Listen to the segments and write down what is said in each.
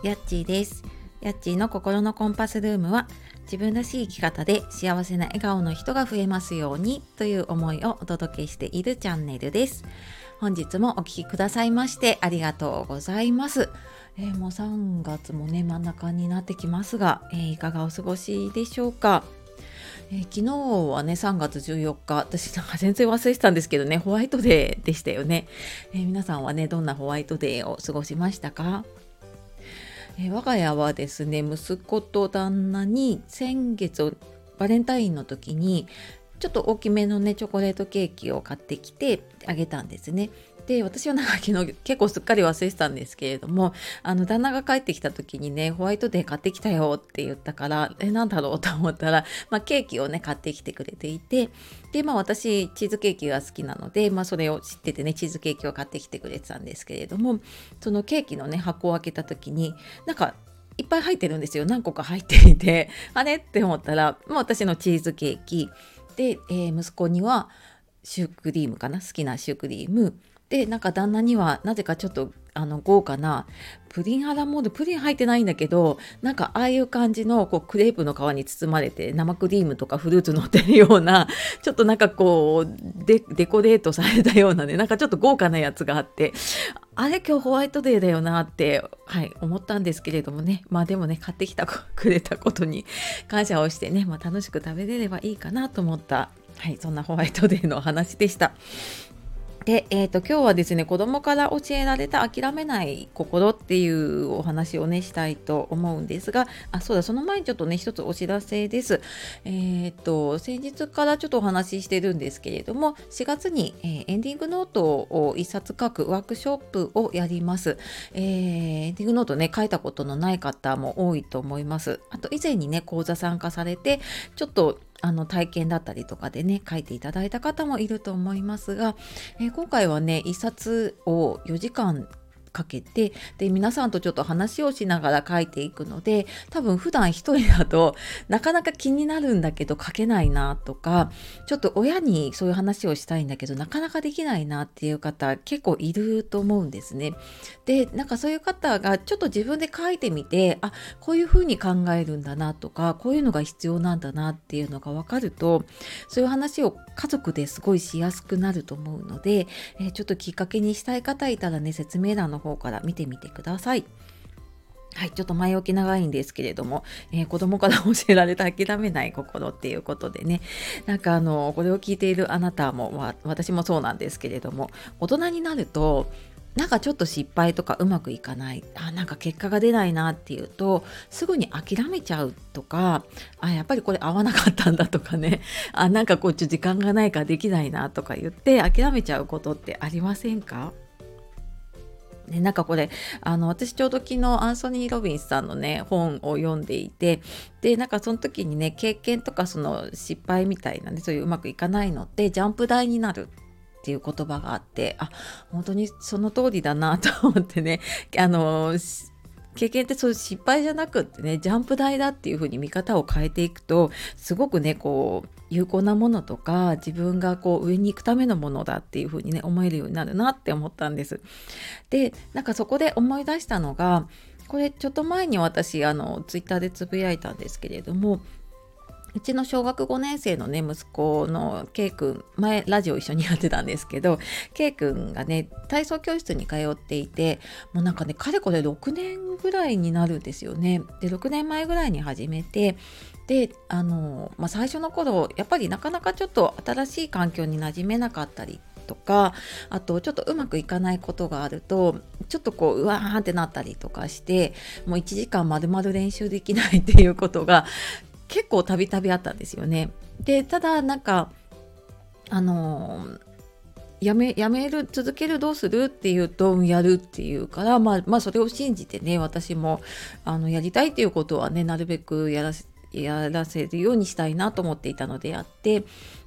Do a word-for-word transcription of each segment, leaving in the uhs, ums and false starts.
やっちーです。やっちーの心のコンパスルームは、自分らしい生き方で幸せな笑顔の人が増えますようにという思いをお届けしているチャンネルです。本日もお聞きくださいましてありがとうございます。えー、もうさんがつもね真ん中になってきますが、えー、いかがお過ごしでしょうか。えー、昨日はねさんがつじゅうよっか、私なんか全然忘れてたんですけどね、ホワイトデーでしたよね。えー、皆さんはねどんなホワイトデーを過ごしましたか？えー我が家はですね、息子と旦那に先月バレンタインの時にちょっと大きめのねチョコレートケーキを買ってきてあげたんですね。で、私はなんか昨日結構すっかり忘れてたんですけれども、あの旦那が帰ってきた時にね、ホワイトデー買ってきたよって言ったから、え、なんだろうと思ったら、まあ、ケーキをね買ってきてくれていて、で、まあ私チーズケーキが好きなので、まあそれを知っててね、チーズケーキを買ってきてくれてたんですけれども、そのケーキのね箱を開けた時に、なんかいっぱい入ってるんですよ。何個か入っていて、あれって思ったら、もう私のチーズケーキで、えー息子にはシュークリームかな、好きなシュークリームで、なんか旦那にはなぜかちょっとあの豪華なプリンアラモード、プリン入ってないんだけど、なんかああいう感じのこうクレープの皮に包まれて生クリームとかフルーツ乗ってるような、ちょっとなんかこうデデコレートされたようなね、なんかちょっと豪華なやつがあって、あれ今日ホワイトデーだよなって、はい、思ったんですけれどもね、まあでもね買ってきたくれたことに感謝をしてね、まあ、楽しく食べれればいいかなと思った、はい、そんなホワイトデーのお話でした。で、えーと、今日はですね、子供から教えられた諦めない心っていうお話をね、したいと思うんですが、あ、そうだ、その前にちょっとね、一つお知らせです。えーと、先日からちょっとお話ししてるんですけれども、しがつに、えーエンディングノートを一冊書くワークショップをやります。えーエンディングノートね、書いたことのない方も多いと思います。あと、以前にね、講座参加されて、ちょっとあの体験だったりとかでね書いていただいた方もいると思いますが、えー今回はねいっさつをよじかんかけて、で皆さんとちょっと話をしながら書いていくので、多分普段一人だとなかなか気になるんだけど書けないなとか、ちょっと親にそういう話をしたいんだけどなかなかできないなっていう方結構いると思うんですね。で、なんかそういう方がちょっと自分で書いてみて、あ、こういうふうに考えるんだなとか、こういうのが必要なんだなっていうのが分かると、そういう話を家族ですごいしやすくなると思うので、えーちょっときっかけにしたい方いたらね、説明欄の方から見てみてください。はい、ちょっと前置き長いんですけれども、えー子供から教えられた諦めない心っていうことでね、なんかあのこれを聞いているあなたも、わ私もそうなんですけれども、大人になるとなんかちょっと失敗とかうまくいかない、あ、なんか結果が出ないなっていうとすぐに諦めちゃうとか、あ、やっぱりこれ合わなかったんだとかね、あ、なんかこっち時間がないからできないなとか言って諦めちゃうことってありませんか？ね、なんかこれあの私ちょうど昨日アンソニー・ロビンスさんのね本を読んでいて、でなんかその時にね、経験とかその失敗みたいなね、そういううまくいかないのってジャンプ台になるっていう言葉があって、あ、本当にその通りだなと思ってね、あのし経験ってそういう失敗じゃなくってね、ジャンプ台だっていう風に見方を変えていくと、すごくねこう有効なものとか、自分がこう上に行くためのものだっていう風にね思えるようになるなって思ったんです。で、なんかそこで思い出したのが、これちょっと前に私あのツイッターでつぶやいたんですけれども、うちの小学ごねん生のね息子の K 君、前ラジオ一緒にやってたんですけど、 K 君がね体操教室に通っていて、もうなんかねかれこれろくねんぐらいになるんですよね。でろくねんまえぐらいに始めて、であの、まあ、最初の頃やっぱりなかなかちょっと新しい環境に馴染めなかったりとか、あとちょっとうまくいかないことがあるとちょっとこううわーってなったりとかして、もういちじかんまるまる練習できないっていうことが結構たびたびあったんですよね。で、ただなんかあのーやめやめる続けるどうするっていうと、やるっていうから、まあ、まあそれを信じてね、私もあのやりたいっていうことはねなるべくやらせやらせるようにしたいなと思っていたのでやって、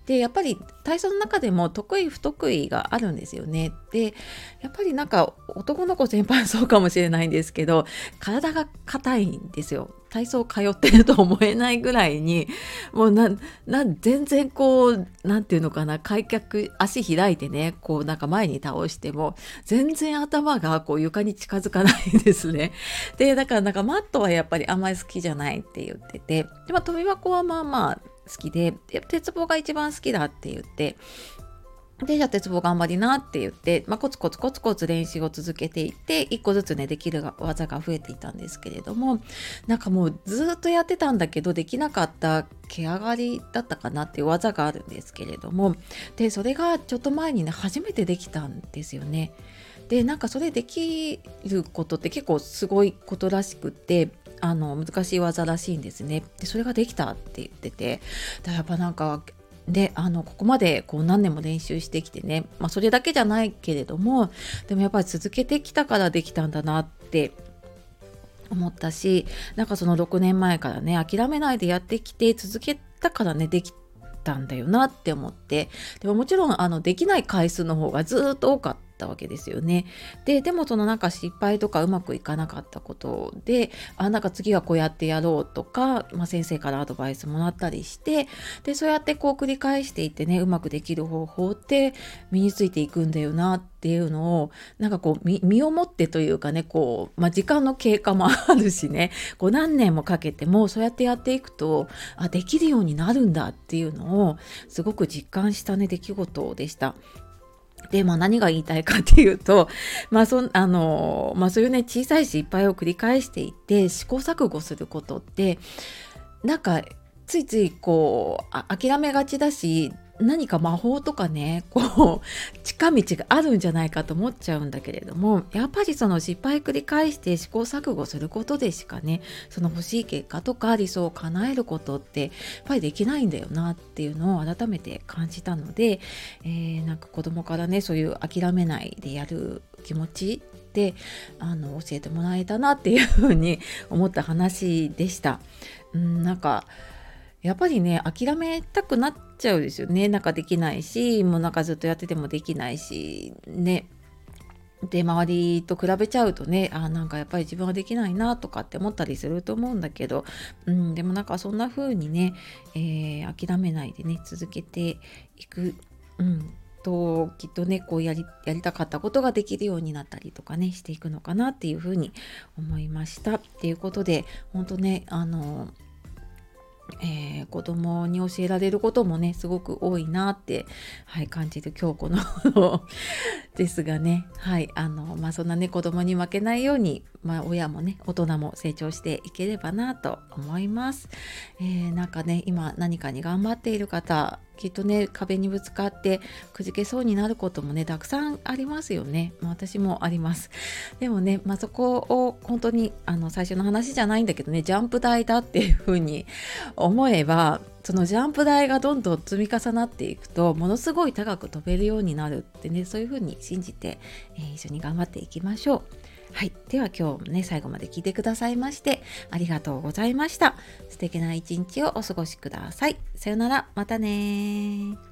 でやっぱり体操の中でも得意不得意があるんですよね。でやっぱりなんか男の子全般そうかもしれないんですけど、体が硬いんですよ。体操通ってると思えないぐらいに、もうなな全然こうなんていうのかな、開脚足開いてね、こうなんか前に倒しても全然頭がこう床に近づかないんですね。でだからなんかマットはやっぱりあんまり好きじゃないって言ってて、で、まあ、跳び箱はまあまあ好きで、で鉄棒が一番好きだって言って、でじゃあ鉄棒頑張りなって言って、まあ、コツコツコツコツ練習を続けていって一個ずつねできる技が増えていたんですけれども、なんかもうずっとやってたんだけどできなかった毛上がりだったかなっていう技があるんですけれども、でそれがちょっと前にね初めてできたんですよね。でなんかそれできることって結構すごいことらしくって、あの難しい技らしいんですね。でそれができたって言ってて、だやっぱなんかであのここまでこう何年も練習してきてね、まあ、それだけじゃないけれども、でもやっぱり続けてきたからできたんだなって思ったし、なんかそのろくねんまえからね諦めないでやってきて続けたからねできたんだよなって思って、でももちろんあのできない回数の方がずっと多かったわけですよね。ででもそのなんか失敗とかうまくいかなかったことで、あなんか次はこうやってやろうとか、まあ、先生からアドバイスもらったりして、でそうやってこう繰り返していってね、うまくできる方法って身についていくんだよなっていうのをなんかこう 身, 身をもってというかね、こう、まあ、時間の経過もあるしね、こう何年もかけてもそうやってやっていくとあできるようになるんだっていうのをすごく実感したね出来事でした。で、まあ、何が言いたいかっていうと、まあそあのまあ、そういうね小さい失敗を繰り返していって試行錯誤することってなんかついついこうあ諦めがちだし、何か魔法とかねこう近道があるんじゃないかと思っちゃうんだけれども、やっぱりその失敗繰り返して試行錯誤することでしかね、その欲しい結果とか理想を叶えることってやっぱりできないんだよなっていうのを改めて感じたので、えー、なんか子供からねそういう諦めないでやる気持ちであの教えてもらえたなっていうふうに思った話でした。うん、なんかやっぱりね諦めたくなっちゃうですよね。なんかできないし、もうなんかずっとやっててもできないしね。で周りと比べちゃうとね、あなんかやっぱり自分はできないなとかって思ったりすると思うんだけど、うん、でもなんかそんな風にね、えー、諦めないでね続けていく、うんときっとねこうやり、やりたかったことができるようになったりとかねしていくのかなっていう風に思いました。っていうことで本当ねあのえー、子供に教えられることもねすごく多いなって、はい、感じる今日このですがね、はいあのまあ、そんなね子供に負けないように、まあ、親もね大人も成長していければなと思います。えー、なんかね今何かに頑張っている方きっとね壁にぶつかってくじけそうになることもねたくさんありますよね。まあ、私もあります。でもね、まあ、そこを本当にあの最初の話じゃないんだけどねジャンプ台だっていう風に思えば、そのジャンプ台がどんどん積み重なっていくとものすごい高く飛べるようになるってね、そういう風に信じて、えー、一緒に頑張っていきましょう。はい、では今日もね最後まで聞いてくださいましてありがとうございました。素敵な一日をお過ごしください。さよなら、またね。